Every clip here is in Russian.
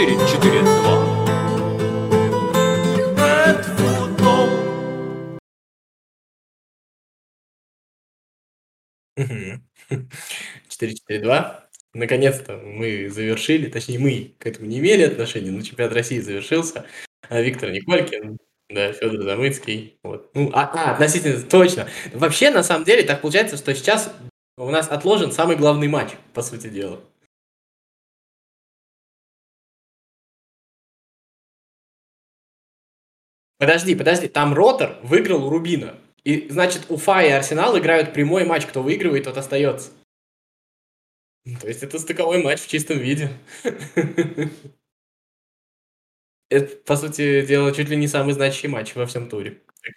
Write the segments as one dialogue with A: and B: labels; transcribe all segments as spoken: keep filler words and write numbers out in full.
A: четыре четыре два. Red Football.
B: Мгм. четыре четыре два. Наконец-то мы завершили, точнее, мы к этому не имели отношения, но чемпионат России завершился. А, Виктор Николькин, да, Федор Замыцкий. Вот. Ну, а, а, относительно, точно. Вообще, на самом деле, так получается, что сейчас у нас отложен самый главный матч, по сути дела. Подожди, подожди, там Ротор выиграл у Рубина. И, значит, Уфа и Арсенал играют прямой матч, кто выигрывает, тот остается. Ну, то есть это стыковой матч в чистом виде. Это, по сути дела, чуть ли не самый значащий матч во всем туре.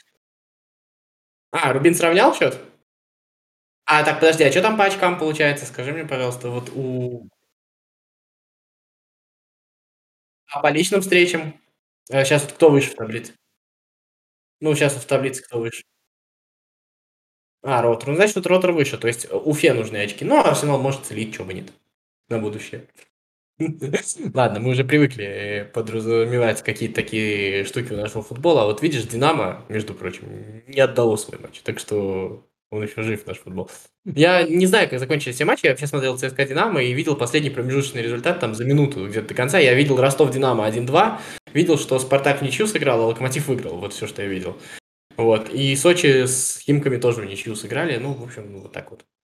B: А, Рубин сравнял счет? А, так, подожди, а чё там по очкам получается? Скажи мне, пожалуйста, вот у А по личным встречам? А щас вот кто выше в таблице? Ну, щас вот в таблице кто выше? А, Ротор. Ну, значит, вот Ротор выше. То есть, э, Уфе нужны очки. Ну, а Арсенал может слить, чё бы нет, на будущее. Ладно, мы уже привыкли, э, подразумевать какие-то такие штуки у нашего футбола. А вот видишь, Динамо, между прочим, не отдало свой матч, так что он еще жив, наш футбол. Я не знаю, как закончились все матчи. Я вообще смотрел ЦСКА Динамо и видел последний промежуточный результат там за минуту где-то до конца. Я видел Ростов Динамо один два, видел, что Спартак в ничью сыграл, а Локомотив выиграл. Вот все, что я видел. Вот. И Сочи с Химками тоже в ничью сыграли. Ну, в общем, вот так вот.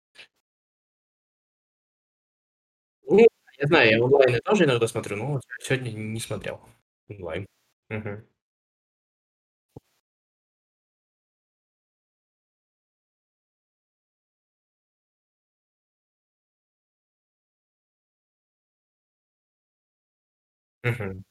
B: Ну, я знаю, я онлайны тоже иногда смотрю, но вот сегодня не смотрел онлайн. Мгм. Мгм.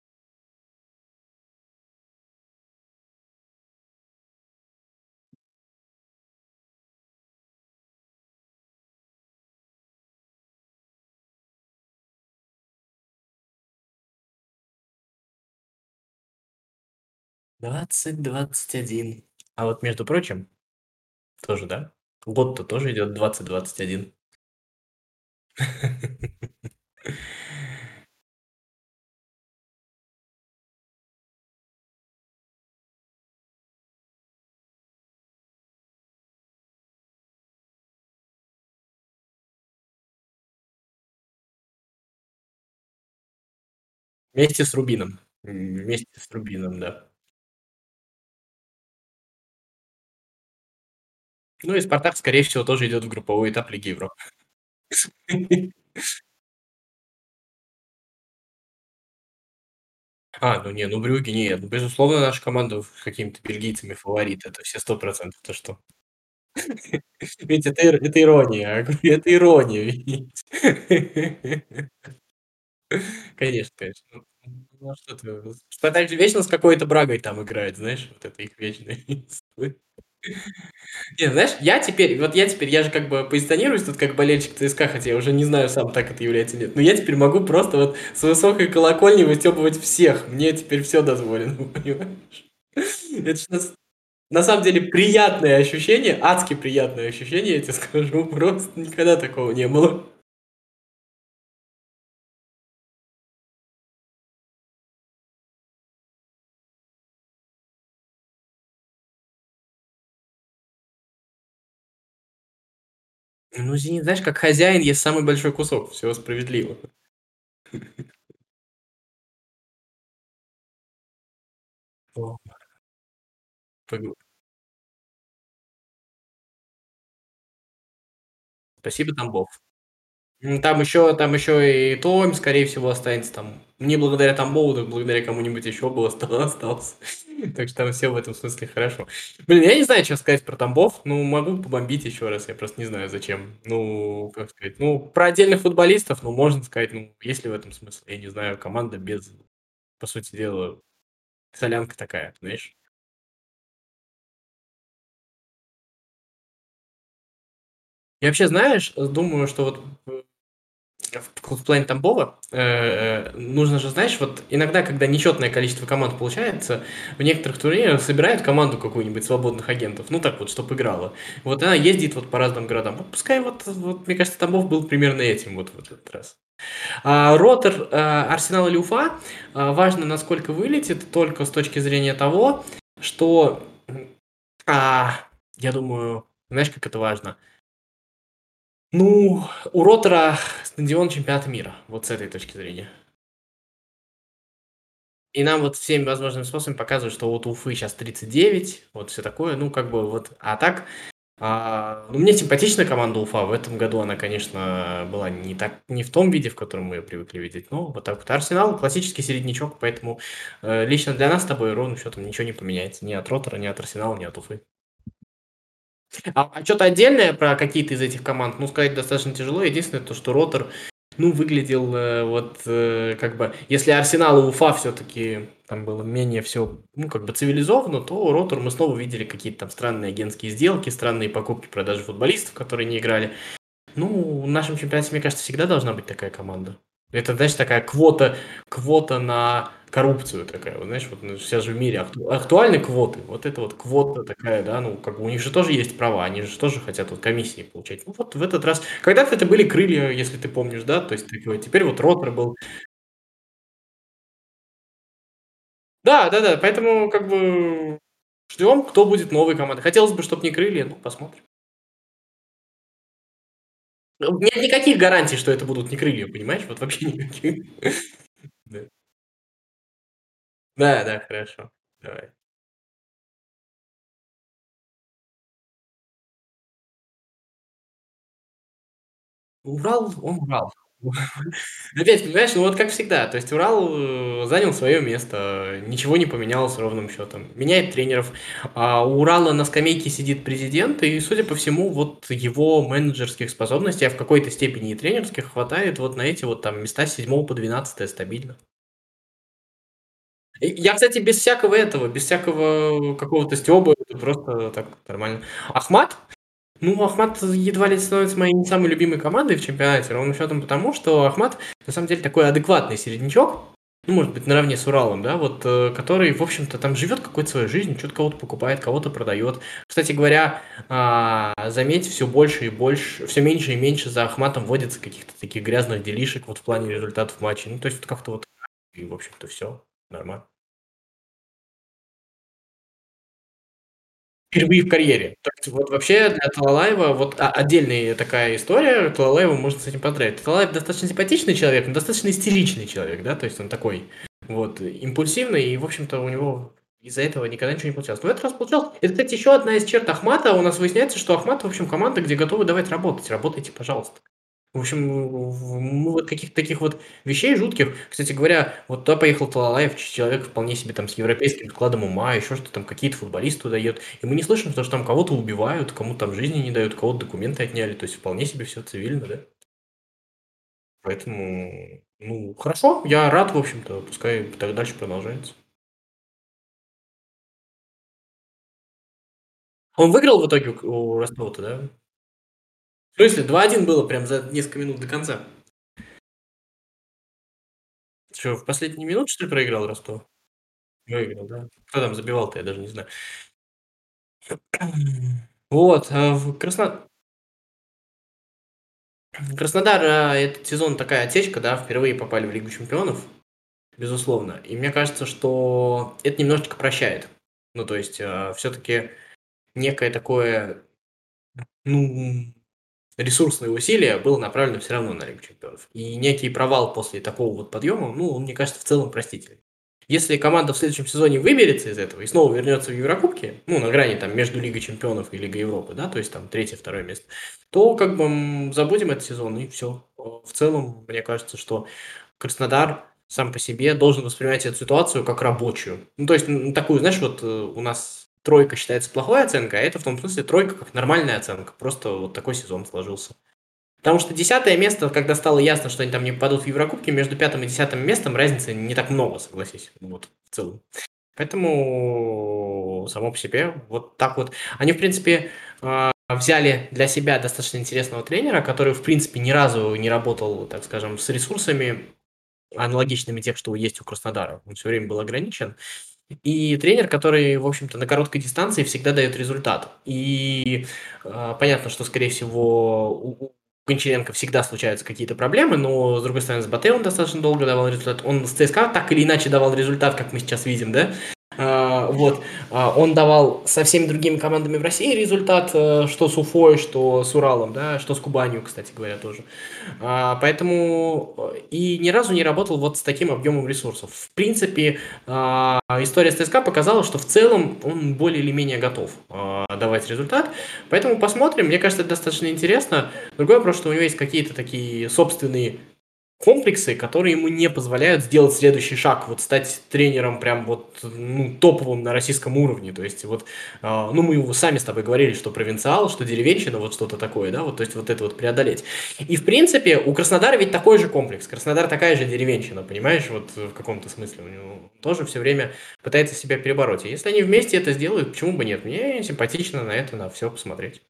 B: двадцать двадцать один. А вот, между прочим, тоже, да? Год-то тоже идет двадцать двадцать один. Вместе с Рубином. М, вместе с Рубином, да. Ну и Спартак, скорее всего, тоже идет в групповой этап Лиги Европы. А, ну не, ну Брюгге нет. Ну, безусловно, наша команда в какими-то бельгийцами фаворит. Это все сто процентов. Ты что? Ведь это ир это ирония, а, говорю, это ирония, ведь. Конечно, конечно. Ну ну, а что ты, Спартак же вечно с какой-то Брагой там играет, знаешь, вот это их вечная история. Не, знаешь, я теперь, вот я теперь, я же как бы позиционируюсь тут как болельщик ЦСКА, хотя я уже не знаю сам, так это является или нет. Но я теперь могу просто вот с высокой колокольни выстёбывать всех. Мне теперь всё дозволено, понимаешь? Это ж на с на самом деле приятное ощущение, адски приятное ощущение, я тебе скажу. Просто никогда такого не было. Ну, "Зенит", знаешь, как хозяин ест самый большой кусок. Всё справедливо. О. Погу Спасибо, Тамбов. М, там еще там еще и Томь, скорее всего, останется там. Не благодаря Тамбову, так благодаря кому-нибудь еще бы оста остался. Так что там всё в этом смысле хорошо. Блин, я не знаю, чё сказать про Тамбов. Ну, могу побомбить еще раз, я просто не знаю, зачем. Ну, как сказать, ну, про отдельных футболистов, ну, можно сказать, ну, есть ли в этом смысл? Я не знаю, команда без, по сути дела, солянка такая, знаешь. Я вообще, знаешь, э, думаю, что вот, э в в плане Тамбова, э, нужно же, знаешь, вот иногда, когда нечетное количество команд получается, в некоторых турнирах собирают команду какую-нибудь свободных агентов, ну так вот, чтобы играла. Вот она ездит вот по разным городам. Вот пускай вот, вот мне кажется, Тамбов был примерно этим вот в этот раз. А, Ротор, а, Арсенал или Уфа, а, важно, насколько вылетит, только с точки зрения того, что, а, я думаю, знаешь, как это важно? Ну, у Ротора стадион чемпионата мира, вот с этой точки зрения. И нам вот всеми возможными способами показывают, что вот у Уфы сейчас тридцать девять, вот все такое, ну, как бы вот, а так, а, ну, мне симпатична команда Уфа, в этом году она, конечно, была не так, не в том виде, в котором мы ее привыкли видеть, но вот так вот. Арсенал классический середнячок, поэтому э, лично для нас с тобой ровным счетом ничего не поменяется, ни от Ротора, ни от Арсенала, ни от Уфы. А, а что-то отдельное про какие-то из этих команд, ну, сказать достаточно тяжело. Единственное, то, что Ротор, ну, выглядел э, вот э, как бы, если Арсенал и Уфа все-таки там было менее все, ну, как бы цивилизованно, то Ротор мы снова видели какие-то там странные агентские сделки, странные покупки, продажи футболистов, которые не играли. Ну, в нашем чемпионате, мне кажется, всегда должна быть такая команда. Это, знаешь, такая квота, квота на коррупцию такая, вот, знаешь, вот ну, сейчас же в мире акту- актуальны квоты, вот это вот квота такая, да, ну, как бы у них же тоже есть права, они же тоже хотят вот комиссии получать. Ну, вот в этот раз, когда-то это были крылья, если ты помнишь, да, то есть такой, теперь вот ротор был. Да, да, да, поэтому как бы ждем, кто будет новой командой. Хотелось бы, чтобы не крылья, ну, посмотрим. Ну, нет никаких гарантий, что это будут не крылья, понимаешь, вот вообще никаких. Да. Да, да, хорошо. Давай. Урал, он Урал. Опять, понимаешь, ну вот как всегда, то есть Урал э, занял свое место, ничего не поменялось ровным счетом. Меняет тренеров. А у Урала на скамейке сидит президент, и, судя по всему, вот его менеджерских способностей, а в какой-то степени и тренерских, хватает вот на эти вот там места с седьмого по двенадцатое стабильно. И я, кстати, без всякого этого, без всякого какого-то стёба, это просто так нормально. Ахмат? Ну, Ахмат едва ли становится моей не самой любимой командой в чемпионате, ровным счетом потому, что Ахмат на самом деле такой адекватный середнячок, ну, может быть, наравне с Уралом, да, вот, э, который, в общем-то, там живет какой-то своей жизнью, что-то кого-то покупает, кого-то продает. Кстати говоря, а, заметь, все больше и больше, все меньше и меньше за Ахматом водится каких-то таких грязных делишек вот в плане результатов матчей. Ну, то есть вот как-то вот, и, в общем-то, все нормально. Впервые в карьере. То есть вот вообще для Талалаева вот а отдельная такая история. Талалаева можно с этим поздравить. Талалаев достаточно симпатичный человек, но достаточно истеричный человек, да, то есть он такой вот импульсивный, и, в общем-то, у него из-за этого никогда ничего не получалось. Но в этот раз получалось. Это, кстати, еще одна из черт Ахмата. У нас выясняется, что Ахмат, в общем, команда, где готовы давать работать. Работайте, пожалуйста. В общем, в ну, вот каких-то таких вот вещей жутких. Кстати говоря, вот туда поехал Талалаев, ч человек вполне себе там с европейским складом ума, еще что-то там, какие-то футболисты туда едут. И мы не слышим, то, что там кого-то убивают, кому там жизни не дают, кого-то документы отняли. То есть вполне себе все цивильно, да. Поэтому, ну, хорошо, я рад, в общем-то, пускай так дальше продолжается. Он выиграл в итоге у у Ростова-то, да? В смысле, два один было прям за несколько минут до конца. Что, в последние минуты, что ли, проиграл Ростов? Выиграл, да? Кто там забивал-то, я даже не знаю. Вот, а в Красно Краснодар, а, этот сезон такая отсечка, да, впервые попали в Лигу чемпионов, безусловно. И мне кажется, что это немножечко прощает. Ну, то есть, все таки некое такое, ну, ресурсное усилие было направлено все равно на Лигу чемпионов. И некий провал после такого вот подъема, ну, он, мне кажется, в целом простительный. Если команда в следующем сезоне выберется из этого и снова вернется в Еврокубки, ну, на грани там между Лигой чемпионов и Лигой Европы, да, то есть там третье, второе место, то как бы м, забудем этот сезон и все. В целом, мне кажется, что Краснодар сам по себе должен воспринимать эту ситуацию как рабочую. Ну, то есть, м, такую, знаешь, вот э, у нас тройка считается плохой оценкой, а это в том смысле тройка как нормальная оценка. Просто вот такой сезон сложился. Потому что десятое место, когда стало ясно, что они там не попадут в Еврокубки, между пятым и десятым местом разницы не так много, согласись, вот, в целом. Поэтому само по себе вот так вот. Они, в принципе, а, взяли для себя достаточно интересного тренера, который, в принципе, ни разу не работал, так скажем, с ресурсами, аналогичными тех, что есть у Краснодара. Он все время был ограничен. И тренер, который, в общем-то, на короткой дистанции всегда дает результат. И э, понятно, что, скорее всего, у, у Гончаренко всегда случаются какие-то проблемы, но, с другой стороны, с Батэ он достаточно долго давал результат. Он с ЦСКА так или иначе давал результат, как мы сейчас видим, да? А, вот. А, он давал со всеми другими командами в России результат, э, что с Уфой, что с Уралом, да, что с Кубанью, кстати говоря, тоже. А, поэтому э, и ни разу не работал вот с таким объемом ресурсов. В принципе, а, история с ЦСКА показала, что в целом он более или менее готов а, давать результат. Поэтому посмотрим. Мне кажется, это достаточно интересно. Другой вопрос, что у него есть какие-то такие собственные комплексы, которые ему не позволяют сделать следующий шаг, вот стать тренером прям вот ну, топовым на российском уровне. То есть вот, э, ну мы его сами с тобой говорили, что провинциал, что деревенщина, вот что-то такое, да, вот, то есть вот это вот преодолеть. И в принципе у Краснодара ведь такой же комплекс. Краснодар такая же деревенщина, понимаешь, вот в каком-то смысле. У него тоже все время пытается себя перебороть. И если они вместе это сделают, почему бы нет? Мне симпатично на это, на все посмотреть.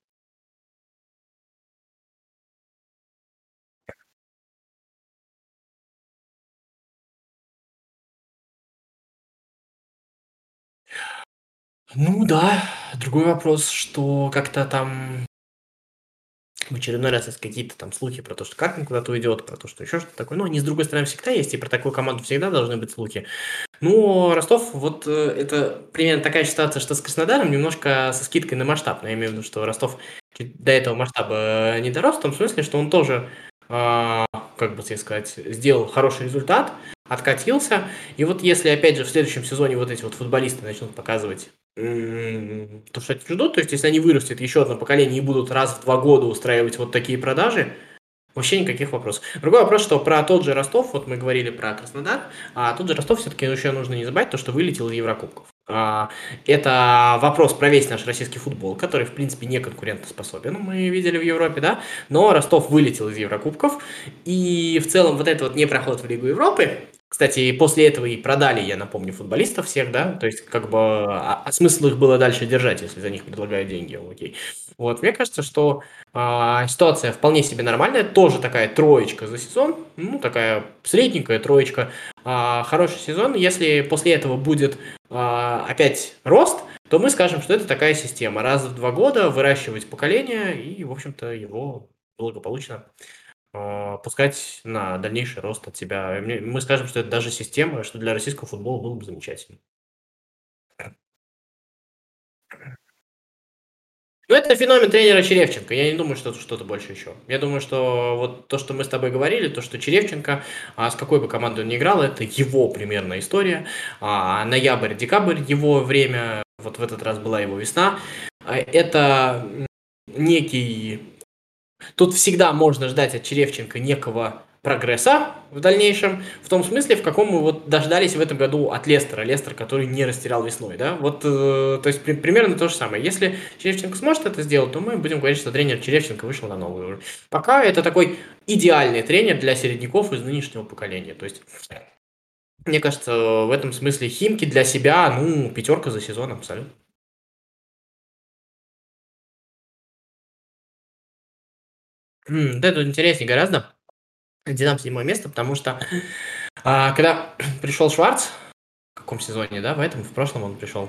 B: Ну да, другой вопрос, что как-то там в очередной раз есть какие-то там слухи про то, что Карпин куда-то уйдет, про то, что еще что-то такое. Но они, с другой стороны, всегда есть, и про такую команду всегда должны быть слухи. Ну, Ростов, вот э, это примерно такая же ситуация, что с Краснодаром, немножко со скидкой на масштаб. Но я имею в виду, что Ростов чуть до этого масштаба не дорос, в том смысле, что он тоже, а, как бы тебе сказать, сделал хороший результат, откатился. И вот если, опять же, в следующем сезоне вот эти вот футболисты начнут показывать м, то, что они ждут, то есть если они вырастет еще одно поколение и будут раз в два года устраивать вот такие продажи, вообще никаких вопросов. Другой вопрос, что про тот же Ростов, вот мы говорили про Краснодар, а тот же Ростов все-таки еще нужно не забывать, то, что вылетел из Еврокубков. А, это вопрос про весь наш российский футбол, который, в принципе, не конкурентоспособен, мы видели в Европе, да, но Ростов вылетел из Еврокубков, и в целом вот этот вот не проход в Лигу Европы, кстати, после этого и продали, я напомню, футболистов всех, да, то есть как бы, а, а смысл их было дальше держать, если за них предлагают деньги, окей. Вот, мне кажется, что а, ситуация вполне себе нормальная, тоже такая троечка за сезон, ну, такая средненькая троечка, а, хороший сезон. Если после этого будет а, опять рост, то мы скажем, что это такая система. Раз в два года выращивать поколение и, в общем-то, его благополучно а, пускать на дальнейший рост от себя. Мне- Мы скажем, что это даже система, что для российского футбола было бы замечательно. Ну, это феномен тренера Черевченко. Я не думаю, что это что-то больше еще. Я думаю, что вот то, что мы с тобой говорили, то, что Черевченко, а, с какой бы командой он ни играл, это его примерно история. А, ноябрь, декабрь, его время, вот в этот раз была его весна. А, это м, некий Тут всегда можно ждать от Черевченко некого прогресса в дальнейшем, в том смысле, в каком мы вот дождались в этом году от Лестера, Лестер, который не растерял весной, да, вот, э, то есть при- примерно то же самое. Если Черевченко сможет это сделать, то мы будем говорить, что тренер Черевченко вышел на новый уровень. Пока это такой идеальный тренер для середняков из нынешнего поколения, то есть, мне кажется, в этом смысле Химки для себя, ну, пятерка за сезон абсолютно. М, да, тут интереснее гораздо. Динамо седьмое место, потому что а, когда пришел Шварц, в каком сезоне, да, в этом, в прошлом он пришел.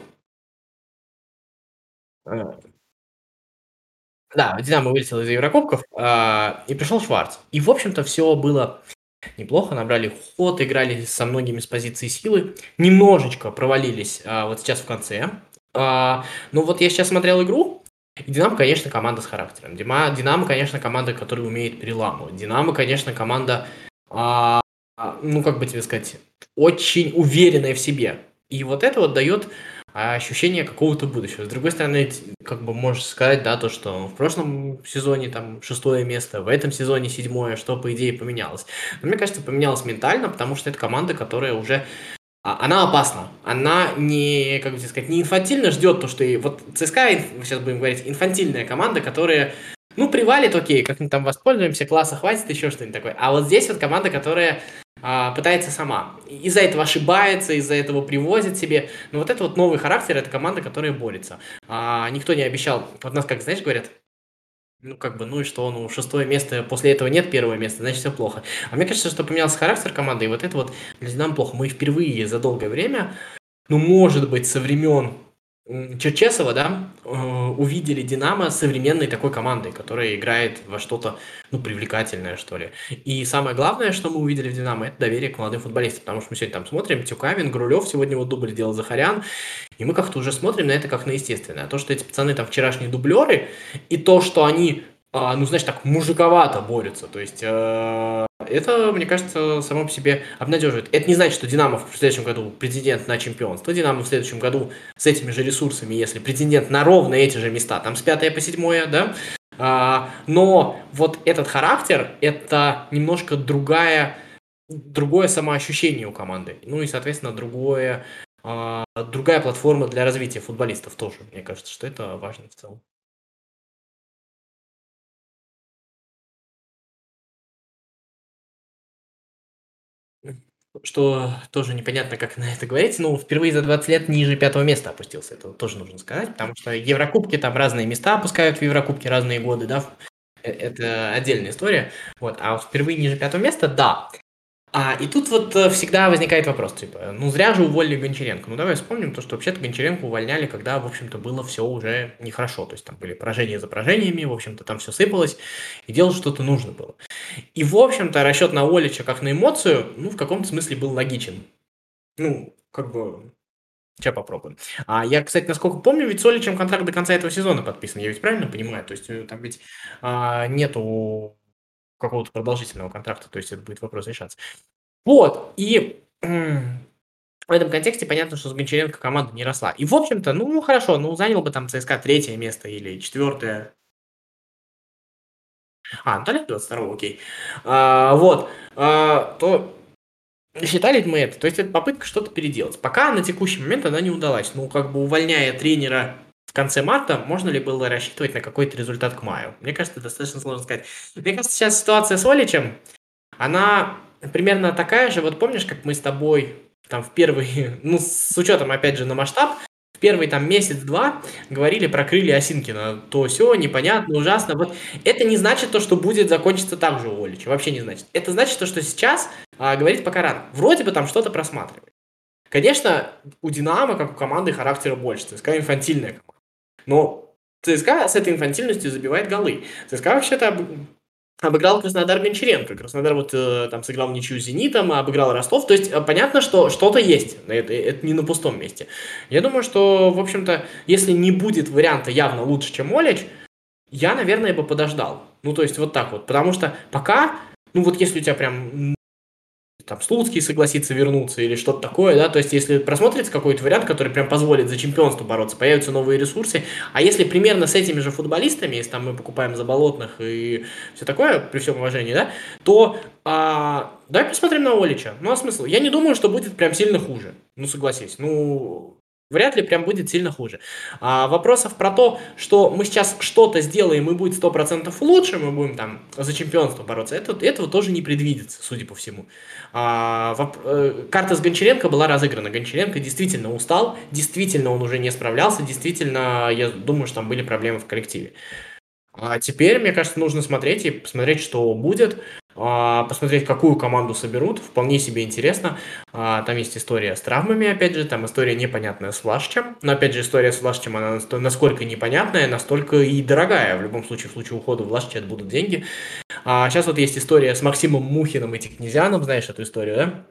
B: Э, Да, Динамо вылетел из Еврокубков, а, и пришел Шварц. И, в общем-то, все было неплохо, набрали ход, играли со многими с позиции силы, немножечко провалились а, вот сейчас в конце. А, ну вот я сейчас смотрел игру, и Динамо, конечно, команда с характером. Дима, Динамо, конечно, команда, которая умеет переламывать. Динамо, конечно, команда, а, а, ну как бы тебе сказать, очень уверенная в себе. И вот это вот дает а, ощущение какого-то будущего. С другой стороны, т- как бы можешь сказать, да, то, что в прошлом сезоне там шестое место, в этом сезоне седьмое, что по идее поменялось. Но мне кажется, поменялось ментально, потому что это команда, которая уже а, она опасна. Она не, как бы тебе сказать, не инфантильно ждет то, что и вот ЦСКА, инф- сейчас будем говорить, инфантильная команда, которая, ну, привалит, окей, как-нибудь там воспользуемся, класса хватит, еще что-нибудь такое. А вот здесь вот команда, которая а, пытается сама. И Из-за этого ошибается, из-за этого привозит себе. Но вот это вот новый характер, это команда, которая борется. А, никто не обещал, вот нас как, знаешь, говорят, Ну, как бы, ну и что? Ну, шестое место, после этого нет первого места, значит, все плохо. А мне кажется, что поменялся характер команды, и вот это вот для «Динамо» плохо. Мы впервые за долгое время, ну, может быть, со времен м, Черчесова, да, э, увидели «Динамо» современной такой командой, которая играет во что-то, ну, привлекательное, что ли. И самое главное, что мы увидели в «Динамо», это доверие к молодым футболистам, потому что мы сегодня там смотрим, Тюкавин, Грулев, сегодня вот дубль делал Захарян, и мы как-то уже смотрим на это как на естественное. А то, что эти пацаны там вчерашние дублеры, и то, что они, а, ну, знаешь, так мужиковато борются, то есть э, это, мне кажется, само по себе обнадеживает. Это не значит, что «Динамо» в следующем году претендент на чемпионство. «Динамо» в следующем году с этими же ресурсами, если претендент на ровно эти же места, там с пятое по седьмое, да, а, но вот этот характер, это немножко другая, другое самоощущение у команды. Ну и, соответственно, другое, а, другая платформа для развития футболистов тоже. Мне кажется, что это важно в целом. Что тоже непонятно, как на это говорить. Ну, впервые за двадцать лет ниже пятого места опустился. Это вот тоже нужно сказать, потому что Еврокубки, там разные места опускают в Еврокубке разные годы, да. Э- Это отдельная история. Вот. А вот впервые ниже пятого места, да. А, и тут вот э, всегда возникает вопрос, типа, ну зря же уволили Гончаренко. Ну давай вспомним то, что вообще-то Гончаренко увольняли, когда, в общем-то, было все уже нехорошо. То есть там были поражения за поражениями, в общем-то, там все сыпалось, и делать что-то нужно было. И, в общем-то, расчет на Олича как на эмоцию, ну, в каком-то смысле был логичен. Ну, как бы, сейчас попробуем. А я, кстати, насколько помню, ведь с Оличем контракт до конца этого сезона подписан. Я ведь правильно понимаю? То есть э, там ведь а, нету какого-то продолжительного контракта, то есть это будет вопрос решаться. Вот, и м, в этом контексте понятно, что с Гончаренко команда не росла. И, в общем-то, ну, хорошо, ну, занял бы там ЦСКА третье место или четвертое. А, ну, тогда двадцать второго, окей. А, вот, а, то считали ли мы это? То есть это попытка что-то переделать. Пока на текущий момент она не удалась. Ну, как бы увольняя тренера в конце марта, можно ли было рассчитывать на какой-то результат к маю? Мне кажется, это достаточно сложно сказать. Мне кажется, сейчас ситуация с Оличем, она примерно такая же. Вот помнишь, как мы с тобой там в первый, ну, с учетом, опять же, на масштаб, в первый там месяц-два говорили про крылья Осинкина. То все непонятно, ужасно. Вот это не значит то, что будет закончиться так же у Олича. Вообще не значит. Это значит то, что сейчас а, говорить пока рано. Вроде бы там что-то просматривает. Конечно, у «Динамо, как у команды, характера больше. ЦСКА инфантильная команда. Но ЦСКА с этой инфантильностью забивает голы. ЦСКА вообще-то об- обыграл Краснодар Гончаренко. Краснодар вот э, там сыграл в ничью с «Зенитом», а обыграл Ростов. То есть э, понятно, что что-то есть. Это, это не на пустом месте. Я думаю, что, в общем-то, если не будет варианта явно лучше, чем Олич, я, наверное, бы подождал. Ну, то есть вот так вот. Потому что пока, ну вот если у тебя прям там Слуцкий согласится вернуться или что-то такое, да, то есть если просмотрится какой-то вариант, который прям позволит за чемпионство бороться, появятся новые ресурсы, а если примерно с этими же футболистами, если там мы покупаем Заболотных и все такое, при всем уважении, да, то а, давай посмотрим на Олича. Ну, а смысл? Я не думаю, что будет прям сильно хуже. Ну, согласись. Ну, вряд ли прям будет сильно хуже. А вопросов про то, что мы сейчас что-то сделаем и будет сто процентов лучше, мы будем там за чемпионство бороться, это, этого тоже не предвидится, судя по всему. А, воп- э, карта с Гончаренко была разыграна. Гончаренко действительно устал, действительно он уже не справлялся, действительно, я думаю, что там были проблемы в коллективе. А теперь, мне кажется, нужно смотреть и посмотреть, что будет, а, посмотреть, какую команду соберут. Вполне себе интересно. А, Там есть история с травмами, опять же, там история непонятная с Влашичем. Но, опять же, история с Влашичем, она насто- насколько непонятная, настолько и дорогая. В любом случае, в случае ухода Влашича это будут деньги. А сейчас вот есть история с Максимом Мухиным и Тикнезианом, знаешь эту историю, да?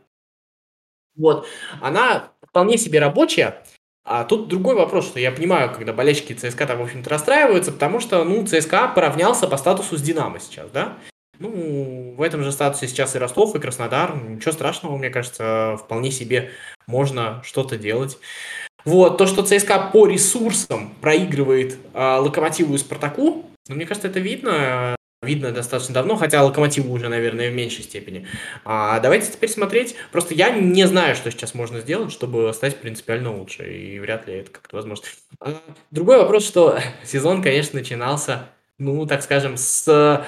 B: Вот, она вполне себе рабочая. А тут другой вопрос, что я понимаю, когда болельщики ЦСКА там, в общем-то, расстраиваются, потому что, ну, ЦСКА поравнялся по статусу с «Динамо» сейчас, да? Ну, в этом же статусе сейчас и Ростов, и Краснодар. Ничего страшного, мне кажется, вполне себе можно что-то делать. Вот, то, что ЦСКА по ресурсам проигрывает а, Локомотиву и Спартаку, ну, мне кажется, это видно. Видно достаточно давно, хотя Локомотиву уже, наверное, в меньшей степени. А давайте теперь смотреть. Просто я не знаю, что сейчас можно сделать, чтобы стать принципиально лучше, и вряд ли это как-то возможно. А, другой вопрос, что сезон, конечно, начинался, ну, так скажем, с,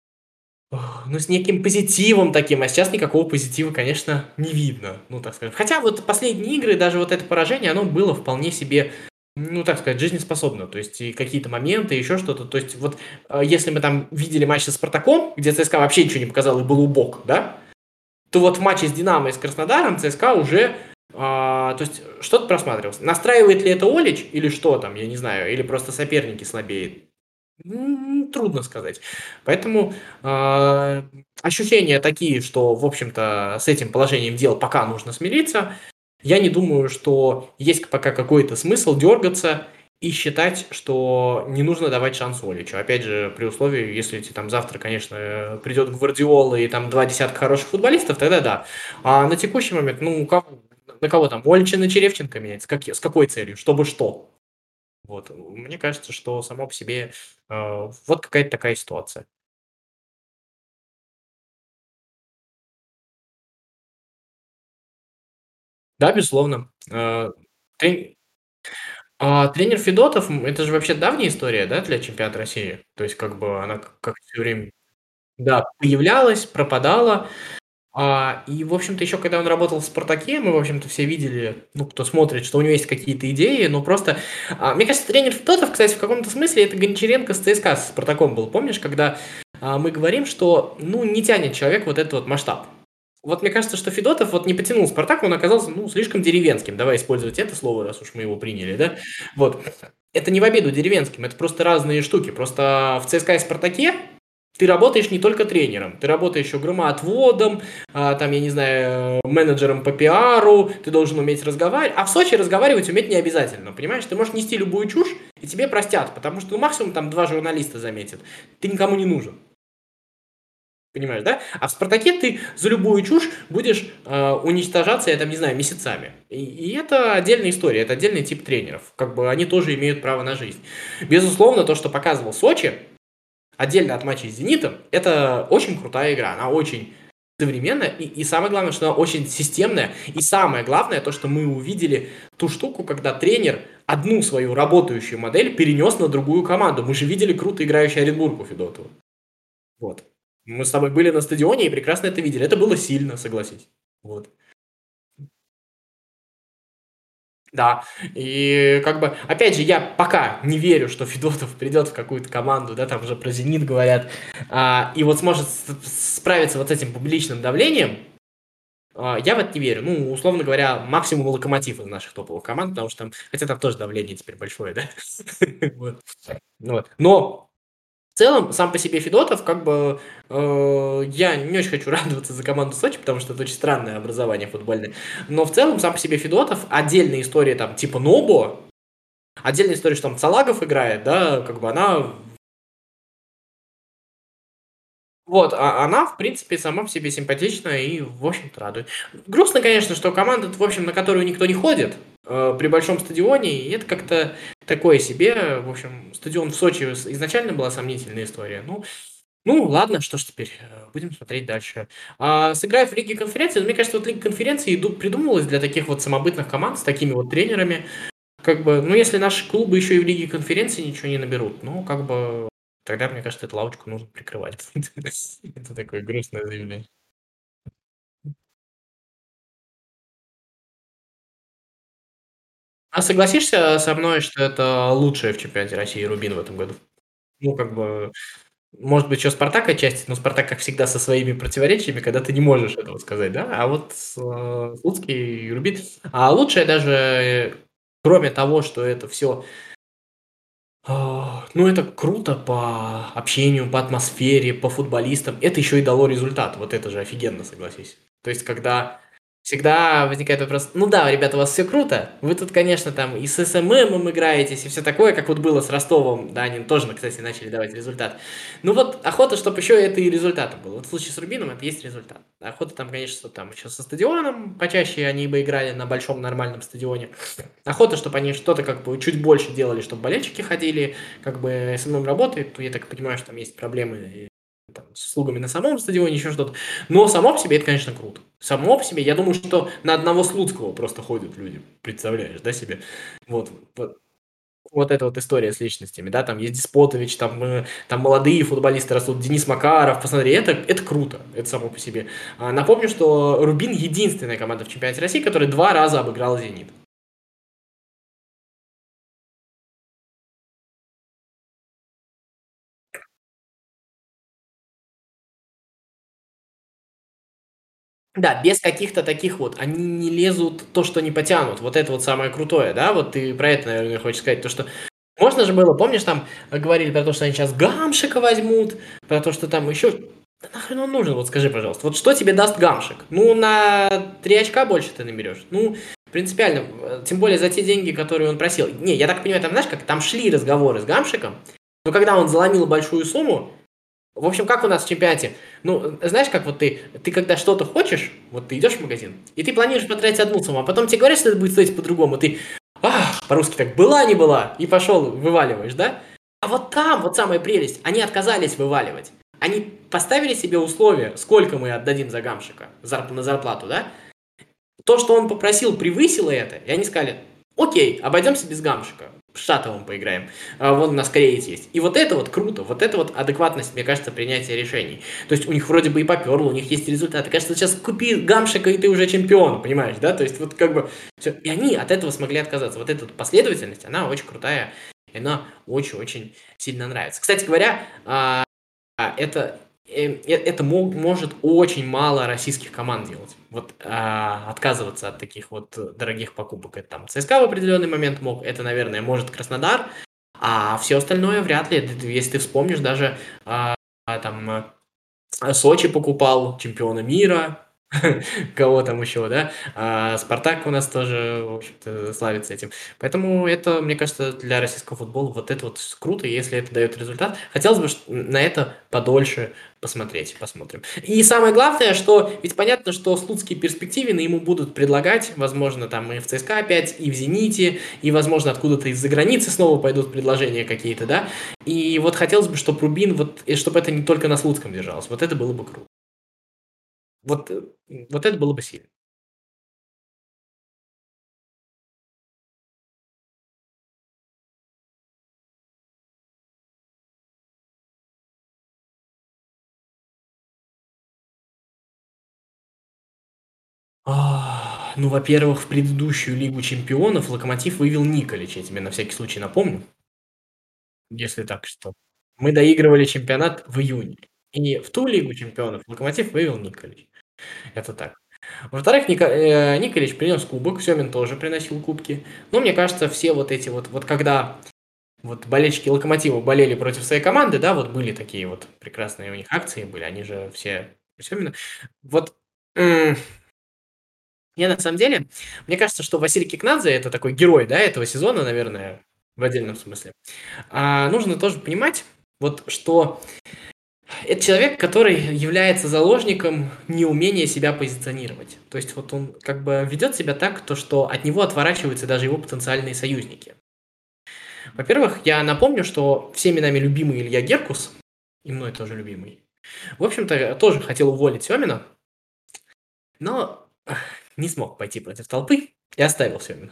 B: ох, ну, с неким позитивом таким, а сейчас никакого позитива, конечно, не видно, ну, так скажем. Хотя вот последние игры, даже вот это поражение, оно было вполне себе Ну, так сказать, жизнеспособна. То есть и какие-то моменты, еще что-то. То есть вот, э, если мы там видели матч со "Спартаком", где ЦСКА вообще ничего не показал и был убог, да, то вот в матче с "Динамо" и с Краснодаром ЦСКА уже, а, то есть что-то просматривалось. Настраивает ли это Олич или что там, я не знаю, или просто соперники слабее? М, трудно сказать. Поэтому, а, ощущения такие, что, в общем-то, с этим положением дел пока нужно смириться. Я не думаю, что есть пока какой-то смысл дергаться и считать, что не нужно давать шанс Оличу. Опять же, при условии, если те там завтра, конечно, э, придет Гвардиола и там два десятка хороших футболистов, тогда да. А на текущий момент, ну, у кого на кого там? Олича на Черевченко менять? С каки с какой целью? Чтобы что? Вот. Мне кажется, что само по себе, э, вот какая-то такая ситуация. Да, безусловно. Э, трен а, тренер Федотов, м, это же вообще давняя история, да, для чемпионата России? То есть как бы она к как всё время, да, появлялась, пропадала. А, и, в общем-то, еще когда он работал в "Спартаке", мы, в общем-то, все видели, ну, кто смотрит, что у него есть какие-то идеи, но просто, а, мне кажется, тренер Федотов, кстати, в каком-то смысле это Гончаренко с ЦСКА, с "Спартаком" был. Помнишь, когда, а, мы говорим, что, ну, не тянет человек вот этот вот масштаб? Вот мне кажется, что Федотов вот не потянул "Спартак", он оказался, ну, слишком деревенским. Давай использовать это слово, раз уж мы его приняли, да? Вот. Это не в обиду деревенским, это просто разные штуки. Просто в ЦСКА и "Спартаке" ты работаешь не только тренером, ты работаешь еще громоотводом, а, там, я не знаю, менеджером по пиару, ты должен уметь разговаривать. А в Сочи разговаривать уметь не обязательно, понимаешь? Ты можешь нести любую чушь, и тебе простят, потому что, ну, максимум там два журналиста заметят. Ты никому не нужен. Понимаешь, да? А в "Спартаке" ты за любую чушь будешь, а, уничтожаться, я там не знаю, месяцами. И и это отдельная история, это отдельный тип тренеров. Как бы они тоже имеют право на жизнь. Безусловно, то, что показывал Сочи, отдельно от матчей с "Зенитом", это очень крутая игра. Она очень современная и и самое главное, что она очень системная. И самое главное, то, что мы увидели ту штуку, когда тренер одну свою работающую модель перенес на другую команду. Мы же видели круто играющий Оренбург у Федотова. Вот. Мы с тобой были на стадионе и прекрасно это видели. Это было сильно, согласись. Вот. Да, и как бы, опять же, я пока не верю, что Федотов придет в какую-то команду, да, там уже про "Зенит" говорят, а, и вот сможет с справиться вот с этим публичным давлением. А, я в это не верю. Ну, условно говоря, максимум "Локомотив" из наших топовых команд, потому что там, хотя там тоже давление теперь большое, да. Вот. Вот. Но в целом, сам по себе Федотов, как бы, э, я не очень хочу радоваться за команду Сочи, потому что это очень странное образование футбольное. Но в целом, сам по себе Федотов, отдельная история там типа Нобо, отдельная история, что там Салагов играет, да, как бы она вот, а она, в принципе, сама по себе симпатичная и, в общем-то, радует. Грустно, конечно, что команда, в общем, на которую никто не ходит, э, при большом стадионе, и это как-то такое себе. В общем, стадион в Сочи с изначально была сомнительная история. Ну ну ладно, что ж теперь, э, будем смотреть дальше. А, сыграют в Лиге конференций, но мне кажется, вот Лига конференций иду придумывалась для таких вот самобытных команд с такими вот тренерами. Как бы, ну, если наши клубы еще и в Лиге конференций ничего не наберут, ну, как бы, тогда, мне кажется, эту лавочку нужно прикрывать. Это такое грустное заявление. А согласишься со мной, что это лучшее в чемпионате России "Рубин" в этом году? Ну, как бы, может быть, еще "Спартак" отчасти, но "Спартак", как всегда, со своими противоречиями, когда ты не можешь этого сказать, да? А вот с э, Слуцкий и "Рубин". А лучшее даже, э, кроме того, что это все, а, ну, это круто по общению, по атмосфере, по футболистам. Это еще и дало результат. Вот это же офигенно, согласись. То есть, когда всегда возникает вопрос: "Ну да, ребята, у вас все круто. Вы тут, конечно, там и с СММом играетесь, и все такое", как вот было с Ростовом. Да, они тоже, кстати, начали давать результат. Ну вот охота, чтобы еще это и результатом было. Вот в случае с "Рубином" это есть результат. Охота там, конечно, что там еще со стадионом почаще они бы играли на большом нормальном стадионе. Охота, чтобы они что-то как бы чуть больше делали, чтобы болельщики ходили, как бы СММ работает, то я так понимаю, что там есть проблемы и там с услугами на самом стадионе, еще что-то. Но само по себе это, конечно, круто. Само по себе, я думаю, что на одного Слуцкого просто ходят люди, представляешь, да, себе? Вот, вот, вот эта вот история с личностями, да, там есть Деспотович, там, э, там молодые футболисты растут, Денис Макаров, посмотри, это, это круто, это само по себе. А, напомню, что Рубин единственная команда в чемпионате России, которая два раза обыграла Зенит. Да, без каких-то таких вот, они не лезут то, что не потянут. Вот это вот самое крутое, да? Вот ты про это, наверное, хочешь сказать. То, что можно же было, помнишь, там э, говорили про то, что они сейчас Гамшика возьмут, про то, что там еще. Да нахрен он нужен, вот скажи, пожалуйста. Вот что тебе даст Гамшик? Ну, на три очка больше ты наберешь. Ну, принципиально, э, тем более за те деньги, которые он просил. Не, я так понимаю, там, знаешь, как там шли разговоры с Гамшиком, но когда он заломил большую сумму, в общем, как у нас в чемпионате? Ну, знаешь, как вот ты, ты когда что-то хочешь, вот ты идешь в магазин, и ты планируешь потратить одну сумму, а потом тебе говорят, что это будет стоить по-другому, ты, ах, по-русски так, была, не была, и пошел, вываливаешь, да? А вот там, вот самая прелесть, они отказались вываливать. Они поставили себе условия, сколько мы отдадим за Гамшика зарп- на зарплату, да? То, что он попросил, превысило это, и они сказали, окей, обойдемся без Гамшика, с Шатовым поиграем, а, вон у нас кореец есть. И вот это вот круто, вот это вот адекватность, мне кажется, принятия решений. То есть у них вроде бы и поперло, у них есть результаты. Кажется, сейчас купи Гамшика, и ты уже чемпион, понимаешь, да? То есть вот как бы все. И они от этого смогли отказаться. Вот эта вот последовательность, она очень крутая, и она очень-очень сильно нравится. Кстати говоря, а, а, это, э, э, это мо- может очень мало российских команд делать. Вот а, отказываться от таких вот э, дорогих покупок. Это там ЦСКА в определенный момент мог, это, наверное, может Краснодар, а все остальное вряд ли. Д- Если ты вспомнишь, даже а, а, там э, Сочи покупал чемпиона мира, кого там еще, да? А Спартак у нас тоже, в общем-то, славится этим. Поэтому это, мне кажется, для российского футбола вот это вот круто, если это дает результат. Хотелось бы ш- на это подольше посмотреть, посмотрим. И самое главное, что ведь понятно, что Слуцкий перспективен, и ему будут предлагать, возможно, там и в ЦСКА опять, и в «Зените», и, возможно, откуда-то из-за границы снова пойдут предложения какие-то, да? И вот хотелось бы, чтобы Рубин, вот, и чтобы это не только на Слуцком держалось. Вот это было бы круто. Вот, э, вот это было бы сильно. А, ну, во-первых, в предыдущую Лигу чемпионов «Локомотив» вывел Николич, я тебе на всякий случай напомню, если так что. Мы доигрывали чемпионат в июне. И в ту Лигу чемпионов «Локомотив» вывел Николич. Это так. Во-вторых, Ника э, Николич принес кубок, Сёмин тоже приносил кубки. Но мне кажется, все вот эти вот, вот когда вот болельщики «Локомотива» болели против своей команды, да, вот были такие вот прекрасные у них акции были, они же все Сёмина. Вот, м, я на самом деле, мне кажется, что Василий Кикнадзе — это такой герой, да, этого сезона, наверное, в отдельном смысле. А нужно тоже понимать, вот что это человек, который является заложником неумения себя позиционировать. То есть вот он как бы ведет себя так, то, что от него отворачиваются даже его потенциальные союзники. Во-первых, я напомню, что всеми нами любимый Илья Геркус, и мной тоже любимый, в общем-то, тоже хотел уволить Семина, но ах, не смог пойти против толпы и оставил Семина.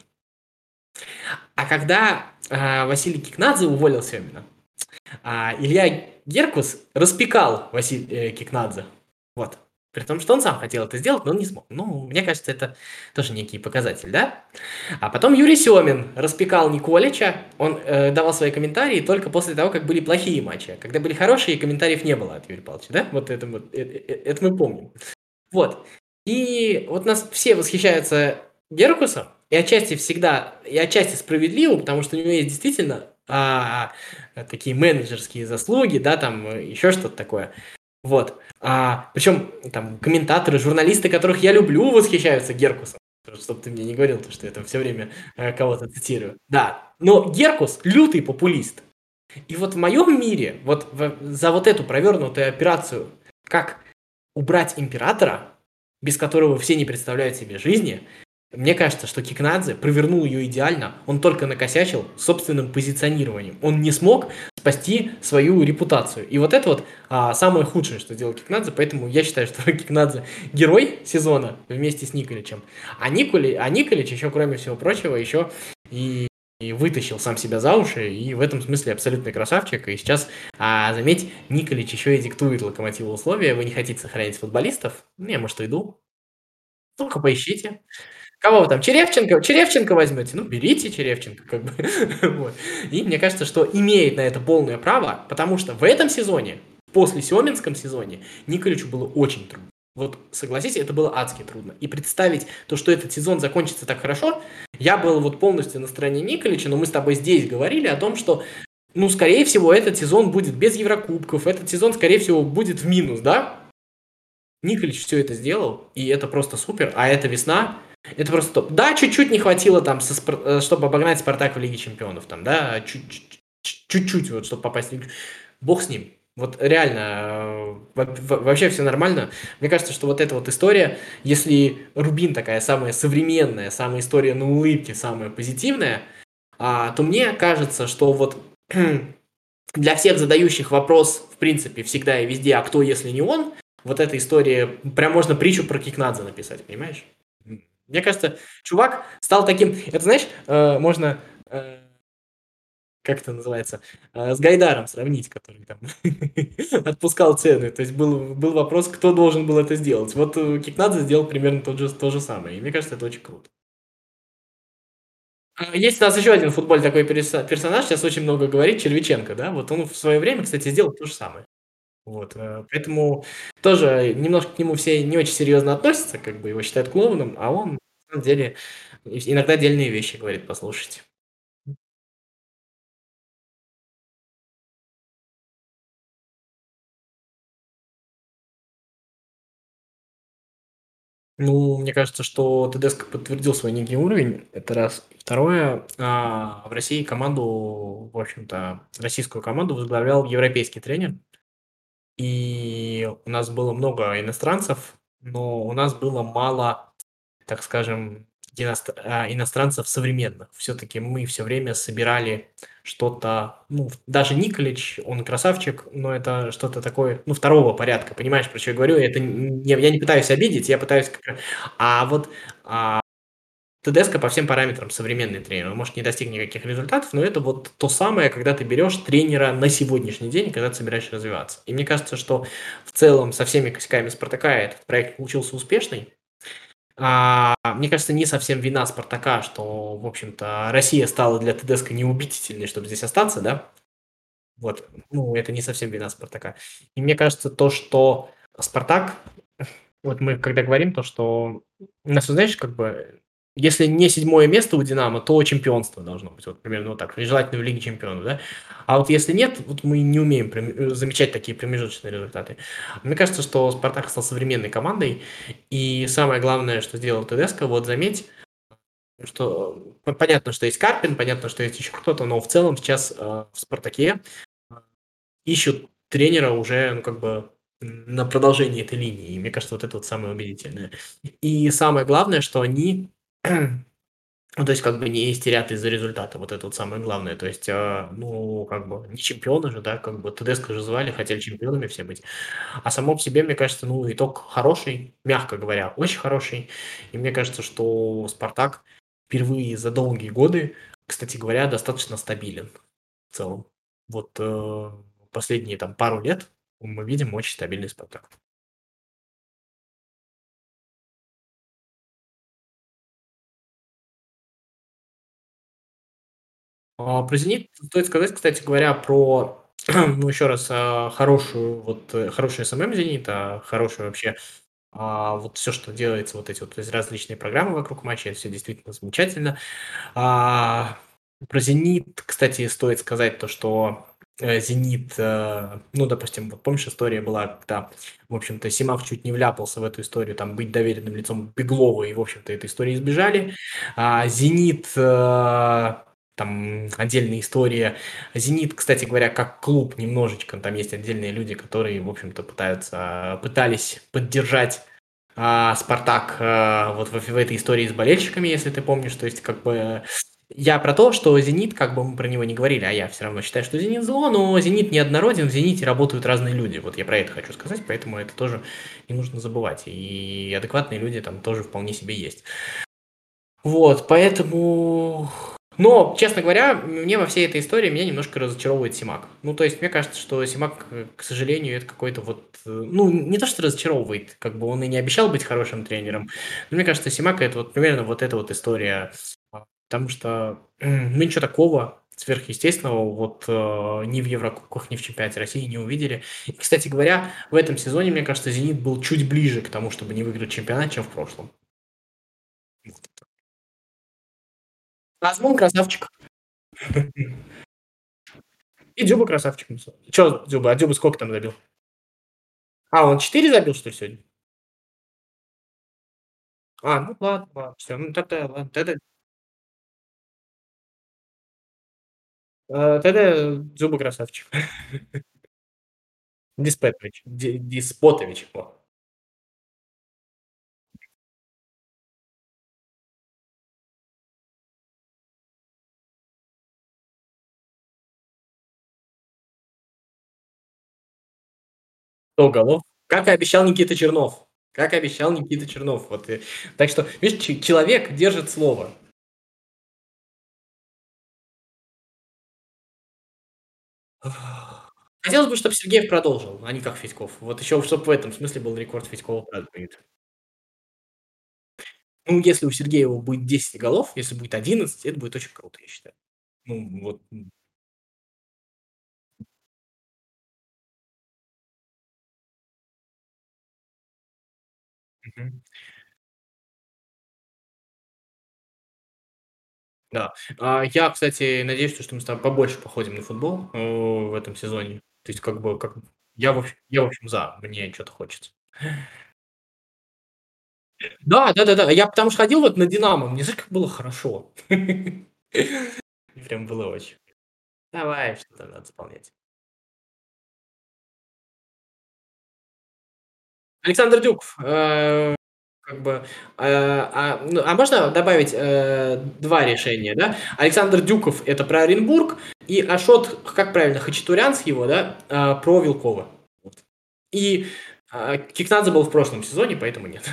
B: А когда а, Василий Кикнадзе уволил Семина, а Илья Геркус распекал Василия Кикнадзе. Вот. При том, что он сам хотел это сделать, но он не смог. Ну, мне кажется, это тоже некий показатель, да? А потом Юрий Семин распекал Николича, он э, давал свои комментарии только после того, как были плохие матчи. Когда были хорошие, комментариев не было от Юрия Павловича, да? Вот это, вот, э- э- э, это мы помним. Вот. И вот нас все восхищаются Геркусом, и отчасти всегда, и отчасти справедливо, потому что у него есть действительно а, а, такие менеджерские заслуги, да, там э, еще что-то такое. Вот. А, причем там комментаторы, журналисты, которых я люблю, восхищаются Геркусом. Чтобы ты мне не говорил, то, что я там все время э, кого-то цитирую. Да. Но Геркус лютый популист. И вот в моем мире, вот в- за вот эту провернутую операцию, как убрать императора, без которого все не представляют себе жизни, мне кажется, что Кикнадзе провернул ее идеально, он только накосячил собственным позиционированием. Он не смог спасти свою репутацию. И вот это вот а, самое худшее, что сделал Кикнадзе, поэтому я считаю, что Кикнадзе герой сезона вместе с Николичем. А, Николи, а Николич еще, кроме всего прочего, еще и и вытащил сам себя за уши, и в этом смысле абсолютный красавчик. И сейчас, а, заметь, Николич еще и диктует Локомотиву условия. Вы не хотите сохранить футболистов? Ну, я, может, уйду. Ну-ка, поищите. Кого вы там? Черевченко? Черевченко возьмете? Ну, берите Черевченко, как бы. Вот. И мне кажется, что имеет на это полное право, потому что в этом сезоне, после Семинском сезоне, Николичу было очень трудно. Вот согласись, это было адски трудно. И представить то, что этот сезон закончится так хорошо, я был вот полностью на стороне Николича, но мы с тобой здесь говорили о том, что, ну, скорее всего, этот сезон будет без Еврокубков, этот сезон, скорее всего, будет в минус, да? Николич все это сделал, и это просто супер. А эта весна, это просто топ. Да, чуть-чуть не хватило там, со Спар- э, чтобы обогнать Спартак в Лиге Чемпионов, там, да, чуть- чуть- чуть-чуть, вот, чтобы попасть в Лигу. Бог с ним. Вот реально, э, во- во- вообще все нормально. Мне кажется, что вот эта вот история, если Рубин такая самая современная, самая история на улыбке, самая позитивная, а, то мне кажется, что вот для всех задающих вопрос, в принципе, всегда и везде, а кто, если не он, вот эта история, прям можно притчу про Кикнадзе написать, понимаешь? М. Мне кажется, чувак стал таким, это знаешь, э, можно, э, как это называется, э, с Гайдаром сравнить, который там отпускал цены. То есть был, был вопрос, кто должен был это сделать. Вот э, Кикнадзе сделал примерно тот же, то же самое. И мне кажется, это очень круто. А, Есть у нас еще один в футболе такой переса- персонаж, сейчас очень много говорит, Червиченко, да? Вот он в свое время, кстати, сделал то же самое. Вот, э, поэтому тоже немножко к нему все не очень серьезно относятся, как бы его считают клоуном, а он на самом деле и иногда дельные вещи говорит, послушайте. Ну, мне кажется, что Тедеско подтвердил свой некий уровень, это раз. И второе, а, в России команду, в общем-то, российскую команду возглавлял европейский тренер, и у нас было много иностранцев, но у нас было мало, так скажем, иност а, иностранцев современных. Все таки мы все время собирали что-то, ну, в даже Николич, он красавчик, но это что-то такое, ну, второго порядка. Понимаешь, про чё я говорю? Это н я я не пытаюсь обидеть, я пытаюсь как ра а вот, а, Тедеско по всем параметрам современный тренер. Он, может, не достиг никаких результатов, но это вот то самое, когда ты берешь тренера на сегодняшний день, когда ты собираешься развиваться. И мне кажется, что в целом со всеми косяками "Спартака" этот проект получился успешный. А, мне кажется, не совсем вина "Спартака", что, в общем-то, Россия стала для ТДСК неубедительной, чтобы здесь остаться, да. Вот, ну, это не совсем вина "Спартака". И мне кажется, то, что "Спартак", вот мы когда говорим то, что у нас, вот знаешь, как бы, если не седьмое место у "Динамо", то чемпионство должно быть. Вот примерно вот так. И желательно в Лиге чемпионов, да. А вот если нет, вот мы не умеем прям, э, замечать такие промежуточные результаты. Мне кажется, что "Спартак" стал современной командой, и самое главное, что сделал ТДСК, вот заметь, что, э, понятно, что есть Карпин, понятно, что есть еще кто-то, но в целом сейчас, э, в "Спартаке" ищут тренера уже, ну, как бы, м, на продолжении этой линии. И мне кажется, вот это вот самое убедительное. И самое главное, что они, ну, то есть, как бы не истерят из-за результата. Вот это вот самое главное. То есть, а, ну, как бы не чемпионы же, да, как бы ТДСК же звали, хотели чемпионами все быть. А само по себе, мне кажется, ну, итог хороший, мягко говоря, очень хороший. И мне кажется, что "Спартак" впервые за долгие годы, кстати говоря, достаточно стабилен в целом. Вот, э, последние там пару лет мы видим очень стабильный "Спартак". А, про "Зенит" стоит сказать, кстати говоря, про, ну, еще раз, а, хорошую вот, э, хороший эс эм эм "Зенита", хорошую вообще, а, вот все, что делается, вот эти вот, то есть различные программы вокруг матча, это всё действительно замечательно. А, про "Зенит", кстати, стоит сказать то, что, э, "Зенит", э, ну, допустим, вот помнишь, история была, когда, в общем-то, Симак чуть не вляпался в эту историю, там, быть доверенным лицом Беглова, и, в общем-то, этой истории избежали. А, "Зенит", э, там отдельная история. "Зенит", кстати говоря, как клуб немножечко, там есть отдельные люди, которые, в общем-то, пытаются пытались поддержать а, "Спартак", а, вот в в этой истории с болельщиками, если ты помнишь. То есть, как бы, я про то, что "Зенит", как бы мы про него не говорили, а я все равно считаю, что "Зенит" зло, но "Зенит" неоднороден, в "Зените" работают разные люди. Вот я про это хочу сказать, поэтому это тоже не нужно забывать. И адекватные люди там тоже вполне себе есть. Вот, поэтому но, честно говоря, мне во всей этой истории меня немножко разочаровывает Симак. Ну, то есть мне кажется, что Симак, э, к сожалению, это какой-то вот, э, ну, не то что разочаровывает, как бы он и не обещал быть хорошим тренером, но мне кажется, Симак это вот примерно вот эта вот история. А, потому что, м, ну, ничего такого. сверхъестественного вот, э, ни в Еврокубках, ни в чемпионате России не увидели. И, кстати говоря, в этом сезоне, мне кажется, «Зенит» был чуть ближе к тому, чтобы не выиграть чемпионат, чем в прошлом. Азмун красавчик. И Дзюба красавчик. Чё Дзюба? А Дзюба сколько там забил? А, он четыре забил, что ли, сегодня? А, ну ладно, ладно, всё, ну тогда ладно, тогда э, тогда Дзюба красавчик. Диспетович, Ди Диспотович, во. сто голов. Как и обещал Никита Чернов. Как и обещал Никита Чернов. Вот и так что, видишь, че человек держит слово. Хотелось бы, чтоб Сергеев продолжил, а не как Федьков. Вот еще чтоб в этом смысле был рекорд Федькова разбит. Ну, если у Сергеева будет десять голов, если будет одиннадцать, это будет очень круто, я считаю. Ну вот, м. Мгм. Да. А, я, кстати, надеюсь, то что мы с тобой побольше походим на футбол, э, в этом сезоне. То есть как бы как я, в общем я, в общем, за, мне чё-то хочется. Да, да-да-да, я потому что ходил вот на «Динамо», мне знаешь, как было хорошо. Прям было очень. Давай, что там надо исполнять. Александр Дюков, э, как бы, э, а, ну, а можно добавить, э, два решения, да? Александр Дюков- это про Оренбург, и Ашот, как правильно, Хачатурян с его, да, а, про Вилкова. Вот. И, а, Кикнадзе был в прошлом сезоне, поэтому нет.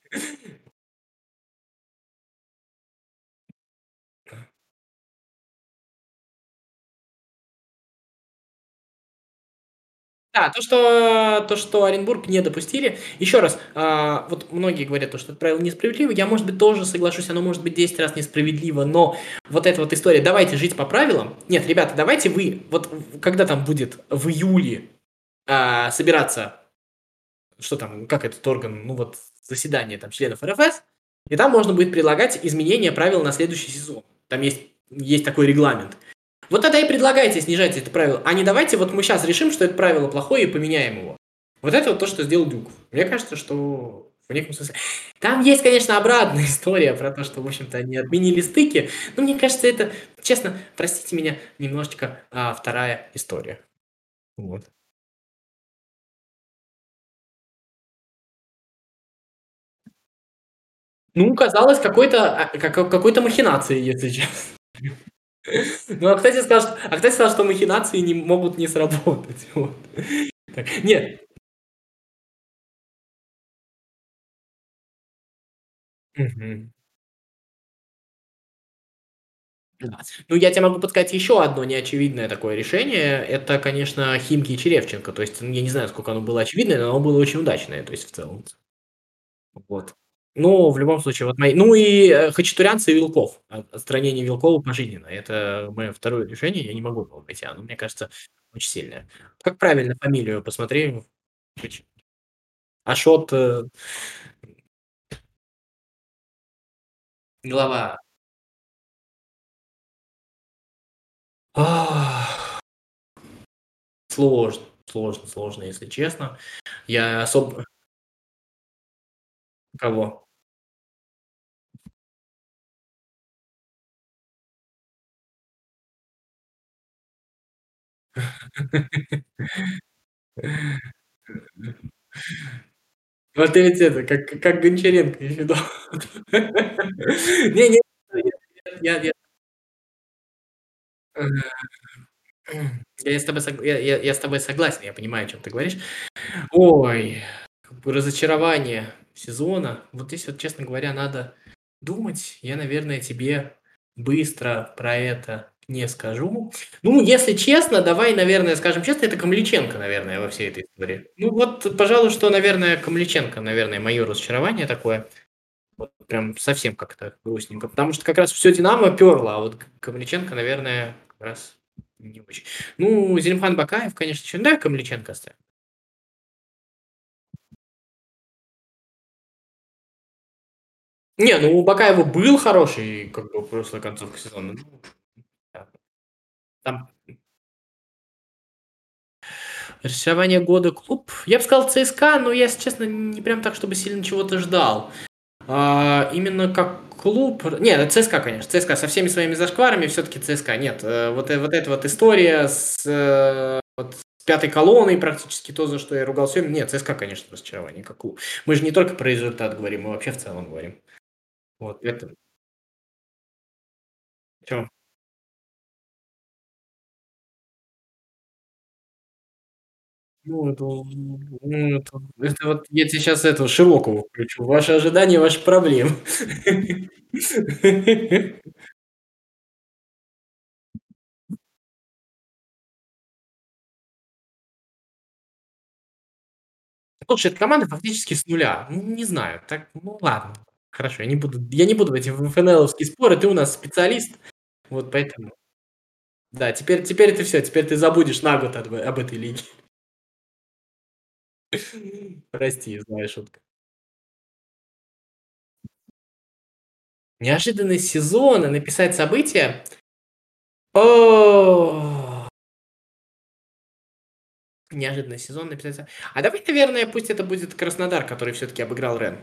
B: Да, то, что то, что Оренбург не допустили. Еще раз, а, вот многие говорят, то, что это правило несправедливо. Я, может быть, тоже соглашусь, оно может быть десять раз несправедливо, но вот эта вот история: "Давайте жить по правилам". Нет, ребята, давайте вы вот в когда там будет в июле, а, собираться, что там, как этот орган, ну вот заседание там членов эр эф эс, и там можно будет предлагать изменения правил на следующий сезон. Там есть есть такой регламент. Вот тогда и предлагайте снижать это правило, а не давайте вот мы щас решим, что это правило плохое, и поменяем его. Вот это вот то, что сделал Дюков. Мне кажется, что в неком смысле там есть, конечно, обратная история про то, что, в общем-то, они отменили стыки, но мне кажется, это, честно, простите меня, немножечко, а, вторая история. Вот. Ну, казалось какой-то, а, како какой-то махинацией, если честно. Ну, а кто те сказал, что а кто те сказал, что махинации не могут не сработать? Вот. Так, нет. Мгм. Да. Ну, я те могу подсказать еще одно неочевидное такое решение. Это, конечно, Химки и Черевченко. То есть, ну, я не знаю, насколько оно было очевидное, но оно было очень удачное, то есть в целом. Вот. Но в любом случае, вот мои ну и, э, хачатурянцы и Вилков. От отстранение Вилкова пожизненно. Это мое второе решение. Я не могу его обойти. Оно, мне кажется, очень сильное. Как правильно фамилию, посмотри. Хач Ашот, э Глава. Ах. Сложно, сложно, сложно, если честно. Я особо Кого? Вот ты ведь это, как как Гончаренко еще до Не не я я Ага. Я с тобой сог я я я с тобой согласен, я понимаю, о чём ты говоришь. Ой, как бы разочарование сезона. Вот здесь вот, честно говоря, надо думать. Я, наверное, тебе быстро про это не скажу. Ну, если честно, давай, наверное, скажем честно, это Камличенко, наверное, во всей этой истории. Ну вот, пожалуй, что, наверное, Камличенко, наверное, мое разочарование такое. Вот прям совсем как-то грустненько. Потому что как раз всё «Динамо» пёрло, а вот К Камличенко, наверное раз не очень. Ну, Зелимхан Бакаев, конечно, еще. Давай Камличенко оставим. Не, ну у Бакаева был хороший, как бы, прошлая концовка сезона. Ну да. Там разочарование года клуб. Я бы сказал ЦСКА, но я, если честно, не прям так, чтобы сильно чего-то ждал. А, именно как клуб. Нет, ЦСКА, конечно. ЦСКА со всеми своими зашкварами все-таки ЦСКА. Нет, э, вот, э, вот эта вот история с, э, вот с пятой колонной, практически то, за что я ругал всем. Нет, ЦСКА, конечно, разочарование как клуб. Мы же не только про результат говорим, мы вообще в целом говорим. Вот это. Чё? Ну, это, ну, это, это вот я тебе сейчас этого Широкого включу. Ваши ожидания, ваши проблемы. Слушай, эта команда фактически с нуля. Ну, не знаю, так, ну ладно. Хорошо, я не буду я не буду в эти в ФНЛовские споры. Ты у нас специалист, вот поэтому. Да, теперь теперь это всё, теперь ты забудешь на год об об этой лиге. Прости, злая шутка. Неожиданность сезона, написать события. О! Неожиданность сезона, написать со А давай, наверное, пусть это будет Краснодар, который всё-таки обыграл Рен.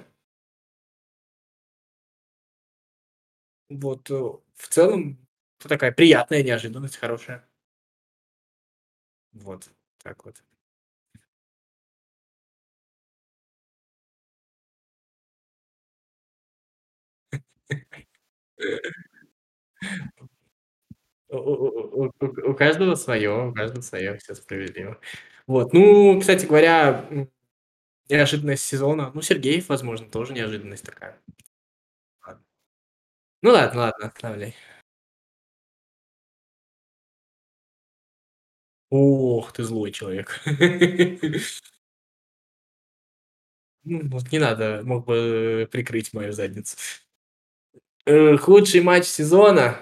B: Вот, э, в целом, это такая приятная неожиданность, хорошая. Вот, так вот. У у у у у у каждого свое, у каждого свое, всё справедливо. Вот, ну, кстати говоря, м, неожиданность сезона, ну, Сергеев, возможно, тоже неожиданность такая. Ладно. Ну ладно, ладно, оставляй. Ох, ты злой человек. Ну, вот не надо, мог бы прикрыть мою задницу. Э, худший матч сезона?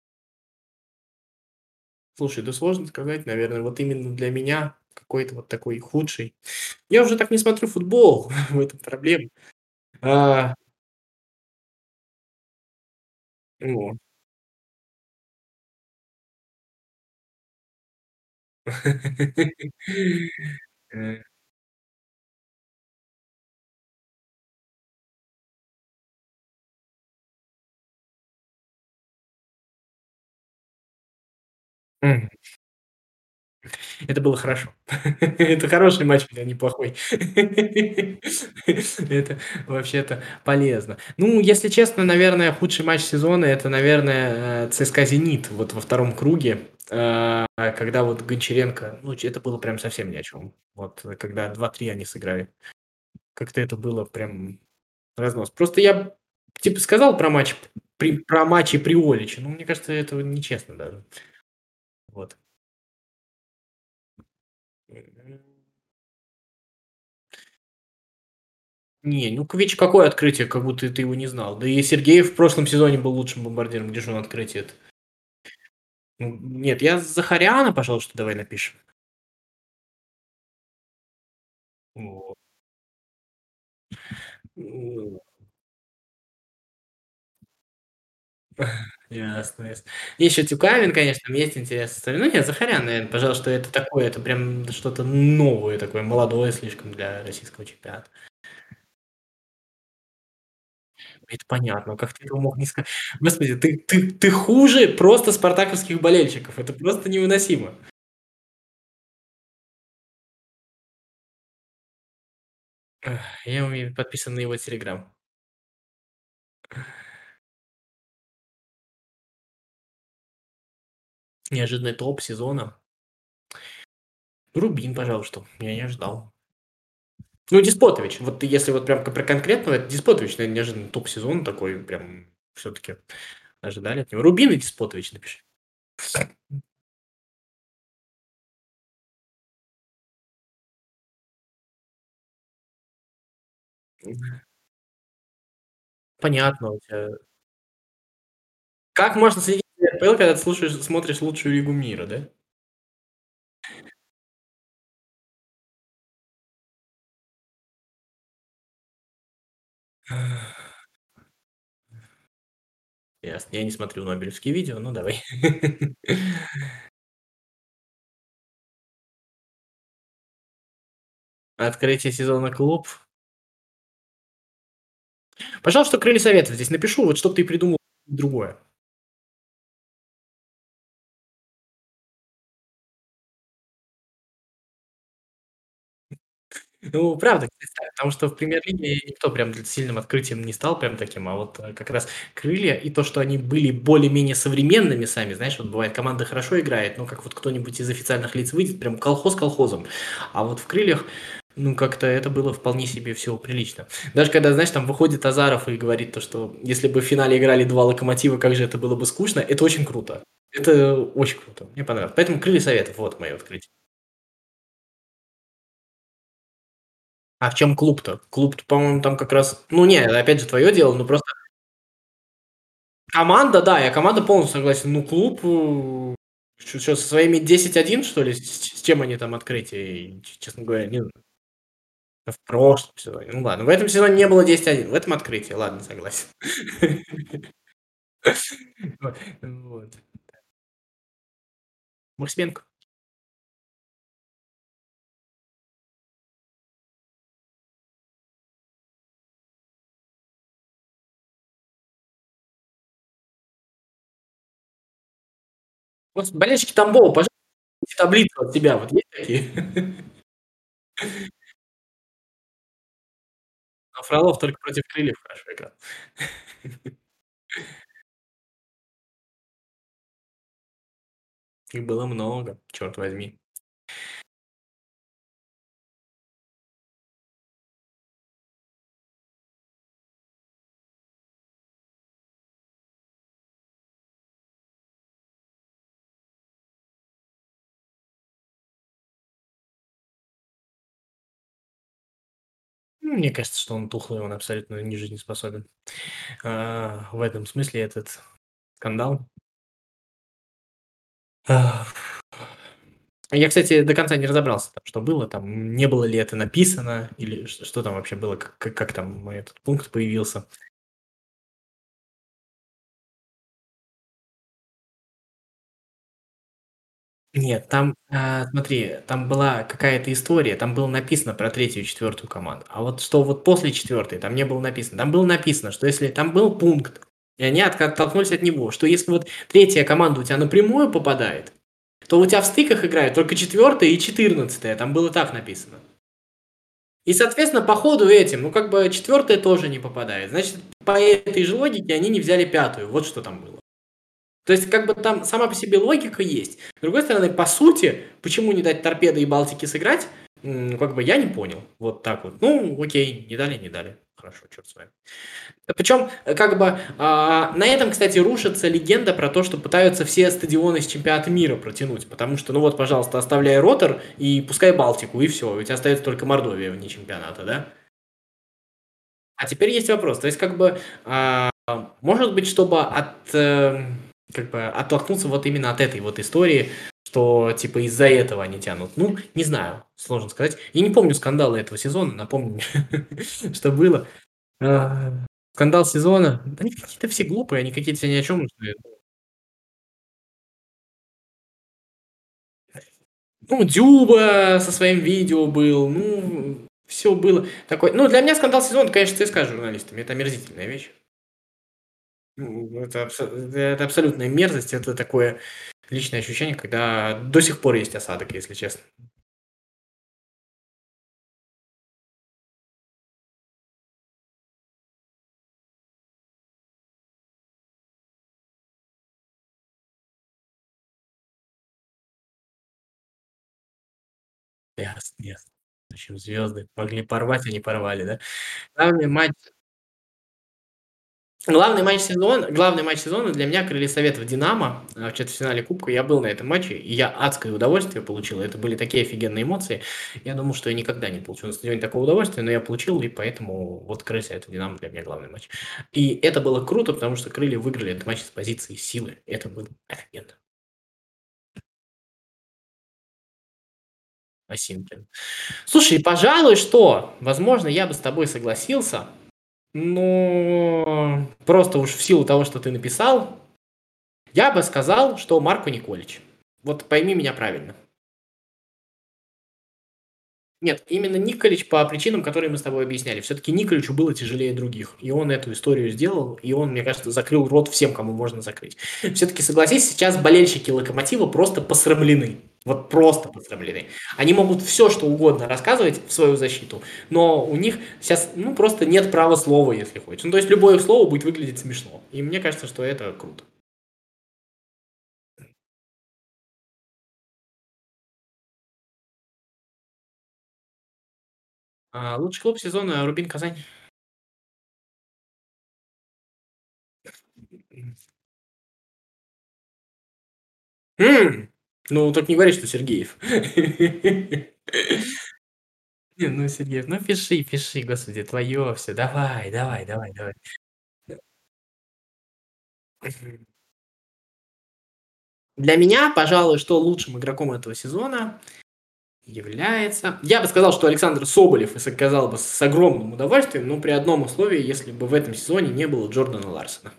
B: Слушай, да сложно сказать, наверное, вот именно для меня какой-то вот такой худший. Я уже так не смотрю футбол, в этом проблема. А, ну. Э, мгм. Это было хорошо. Это хороший матч, а неплохой. Это вообще-то полезно. Ну, если честно, наверное, худший матч сезона — это, наверное, э, ЦСКА "Зенит" вот во втором круге, а, когда вот Гончаренко, ну, ч это было прям совсем ни о чем. Вот, э, когда два-три они сыграли. Как-то это было прям разнос. Просто я типа сказал про матч при про матчи Приолича, но мне кажется, это нечестно даже. Вот. М. Не, ну Квич какое открытие, как будто ты его не знал. Да и Сергеев в прошлом сезоне был лучшим бомбардиром. Где же он открытие-то? Ну, нет, я Захаряна, пожалуйста, давай напишем. Вот. М, ясно, ясно. Есть еще Тюкавин, конечно, там есть интересная история. Ну нет, Захарян, наверно, пожалуй, это такое, это прям что-то новое такое, молодое слишком для российского чемпионата. Это понятно, как ты этого мог не сказать? Господи, ты ты ты хуже просто спартаковских болельщиков. Это просто невыносимо. Эх, я умею подписан на его "Телеграм". Неожиданный топ сезона. Рубин, пожалуйста, я не ожидал. Ну, Деспотович. Вот ты если вот прям к про конкретного, это Деспотович, наверно, неожиданный топ сезона такой прям всё-таки ожидали от него. Рубин и Деспотович напиши. Понятно у тя. Как можно следить за эн эф эл, когда ты слушаешь смотришь лучшую лигу мира, да? Ясно. Я не смотрю нобелевские видео, ну давай. Открытие сезона клуб. Пожалуйста, крылья советов здесь напишу, вот чтоб ты придумал другое. Ну, правда, кстати, да, потому что в премьер-лиге никто прям д сильным открытием не стал прям таким, а вот, э, как раз крылья и то, что они были более-менее современными сами. Знаешь, вот бывает, команда хорошо играет, но как вот кто-нибудь из официальных лиц выйдет, прям колхоз колхозом. А вот в крыльях, ну, как-то это было вполне себе всё прилично. Даже когда, знаешь, там выходит Азаров и говорит то, что если бы в финале играли два "Локомотива", как же это было бы скучно. Это очень круто. Это очень круто. Мне понравилось. Поэтому крылья советов- вот моё открытие. А в чем клуб-то? Клуб-то, по-моему, там как раз ну не, опять же, твое дело, но просто команда, да, я команда полностью согласен. Ну, клуб, э, чё чё, со своими десять один, что ли? С с чем они там открытие, ч честно говоря, не знаю. В прошлом сезоне. Ну ладно, в этом сезоне не было десять один, в этом открытие, ладно, согласен. Вот, вот. Максименко. Просто болельщики Тамбова, пожалуйста, таблицу от себя, вот есть такие? А Фролов только против крыльев хорошо играл. Их было много, чёрт возьми. Ну, мне кажется, что он тухлый, он абсолютно не жизнеспособен. А, в этом смысле этот скандал. А, я, кстати, до конца не разобрался, там, что было там, не было ли это написано, или ш что там вообще было, к как как там этот пункт появился. Нет, там, а, смотри, там была какая-то история, там было написано про третью и четвертую команду. А вот что вот после четвертой, там не было написано. Там было написано, что если там был пункт, и они отка оттолкнулись от него, что если вот третья команда у тя напрямую попадает, то у тя в стыках играют только четвертая и четырнадцатая. Там было так написано. И, соответственно, по ходу этим, ну, как бы четвертая тоже не попадает. Значит, по этой же логике они не взяли пятую. Вот что там было. То есть, как бы там сама по себе логика есть. С другой стороны, по сути, почему не дать "Торпедо" и "Балтике" сыграть, м, как бы я не понял. Вот так вот. Ну, окей, не дали не дали. Хорошо, черт с вами. Причем, э, как бы, а, на этом, кстати, рушится легенда про то, что пытаются все стадионы с чемпионата мира протянуть. Потому что, ну вот, пожалуйста, оставляй "Ротор" и пускай "Балтику", и всё. У тя остается только Мордовия вне чемпионата, да? А теперь есть вопрос. То есть, как бы, а, может быть, чтобы от э, как бы оттолкнуться вот именно от этой вот истории, что типа из-за этого они тянут. Ну, не знаю, сложно сказать. Я не помню скандалы этого сезона, напомни мне, что было. А, скандал сезона? Да они какие-то все глупые, они какие-то все ни о чём. Ну, Дзюба со своим видео был, ну, всё было такое. Ну, для меня скандал сезона, конечно, ЦСКА с журналистами. Это омерзительная вещь. Ну, это абсо это абсолютная мерзость. Это такое личное ощущение, когда до сих пор есть осадок, если честно. Ясно, ясно. В общем, звезды могли порвать, а не порвали, да? Главный матч Главный матч сезона главный матч сезона для меня Крылья Советов Динамо, э, в четвертьфинале кубка. Я был на этом матче, и я адское удовольствие получил. Это были такие офигенные эмоции. Я думал, что я никогда не получу на стадионе такого удовольствия, но я получил, и поэтому вот Крылья Советов Динамо для меня главный матч. И это было круто, потому что Крылья выиграли этот матч с позиции силы. Это было офигенно. Спасибо тебе. Слушай, пожалуй, что, возможно, я бы с тобой согласился, но просто уж в силу того, что ты написал, я бы сказал, что Марко Николич. Вот пойми меня правильно. Нет, именно Николич по причинам, которые мы с тобой объясняли. Все-таки Николичу было тяжелее других, и он эту историю сделал, и он, мне кажется, закрыл рот всем, кому можно закрыть. Все-таки, согласись, сейчас болельщики Локомотива просто посрамлены. Вот просто посрамлены. Они могут все, что угодно рассказывать в свою защиту, но у них сейчас, ну, просто нет права слова, если хочешь. Ну, то есть любое их слово будет выглядеть смешно. И мне кажется, что это круто. А, лучший клуб сезона Рубин Казань. М! Ну, только не говори, что Сергеев. Не, ну, Сергеев, ну пиши, пиши, господи, твое все. Давай, давай, давай, давай. Мгм. Для меня, пожалуй, что лучшим игроком этого сезона является, я бы сказал, что Александр Соболев, и сказал бы с огромным удовольствием, но при одном условии, если бы в этом сезоне не было Джордана Ларсона.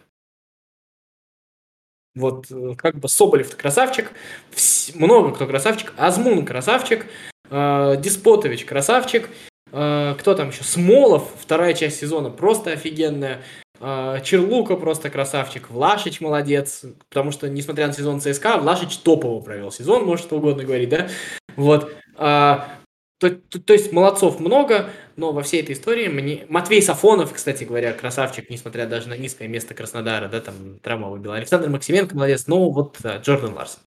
B: Вот, э, как бы Соболев красавчик, вс много кто красавчик, Азмун красавчик, э, Деспотович красавчик, э, кто там еще? Смолов, вторая часть сезона просто офигенная, э, Черлука просто красавчик, Влашич молодец, потому что, несмотря на сезон ЦСКА, Влашич топово провел сезон, может что угодно говорить, да? Вот. А, то, то, то есть молодцов много, но во всей этой истории мне... Матвей Сафонов, кстати говоря, красавчик, несмотря даже на низкое место Краснодара, да, там травма выбила. Александр Максименко молодец, но вот а, Джордан Ларсон.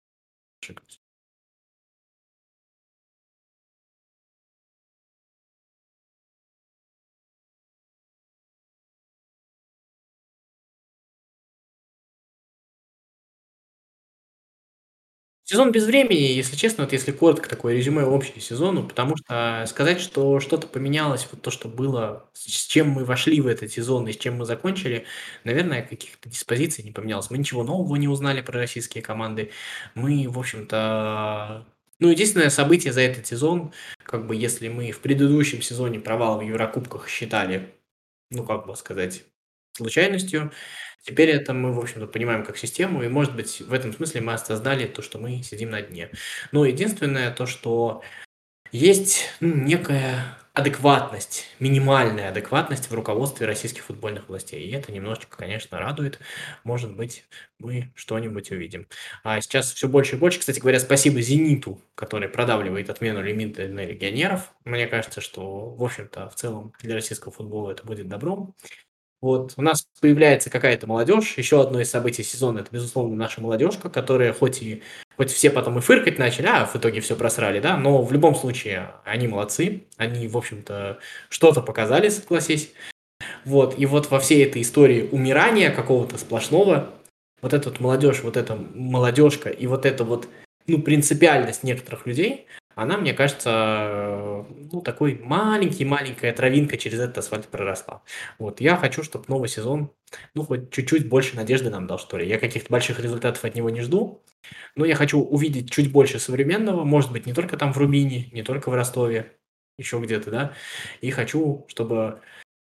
B: Сезон без времени, если честно, вот если коротко такое резюме общее сезону, потому что сказать, что что-то поменялось, вот то, что было, с с чем мы вошли в этот сезон и с чем мы закончили, наверное, каких-то диспозиций не поменялось. Мы ничего нового не узнали про российские команды. Мы, в общем-то, ну, единственное событие за этот сезон, как бы если мы в предыдущем сезоне провал в Еврокубках считали, ну, как бы сказать, случайностью. Теперь это мы, в общем-то, понимаем как систему, и, может быть, в этом смысле мы осознали то, что мы сидим на дне. Но единственное то, что есть, ну, некая адекватность, минимальная адекватность в руководстве российских футбольных властей. И это немножечко, конечно, радует. Может быть, мы что-нибудь увидим. А сейчас все больше и больше, кстати говоря, спасибо «Зениту», который продавливает отмену лимита на легионеров. Мне кажется, что, в общем-то, в целом для российского футбола это будет добром. Вот у нас появляется какая-то молодежь. Еще одно из событий сезона — это, безусловно, наша молодежка, которая хоть и хоть все потом и фыркать начали, а в итоге все просрали, да, но в любом случае они молодцы. Они, в общем-то, что-то показали, согласись. Вот, и вот во всей этой истории умирания какого-то сплошного, вот эта вот молодежь, вот эта молодежка и вот эта вот, ну, принципиальность некоторых людей, она, мне кажется, э, ну, такой маленький-маленькая травинка через этот асфальт проросла. Вот, я хочу, чтобы новый сезон, ну, хоть чуть-чуть больше надежды нам дал, что ли. Я каких-то больших результатов от него не жду, но я хочу увидеть чуть больше современного, может быть, не только там в Рубине, не только в Ростове, еще где-то, да, и хочу, чтобы,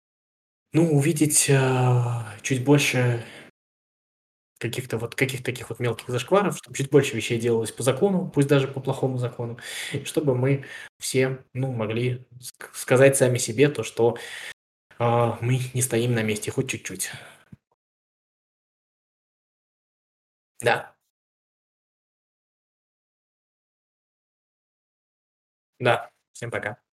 B: ну, увидеть а, чуть больше каких-то вот каких таких вот мелких зашкваров, чтобы чуть больше вещей делалось по закону, пусть даже по плохому закону, и чтобы мы все, ну, могли ск- сказать сами себе то, что а, мы не стоим на месте хоть чуть-чуть. Да, да. Всем пока.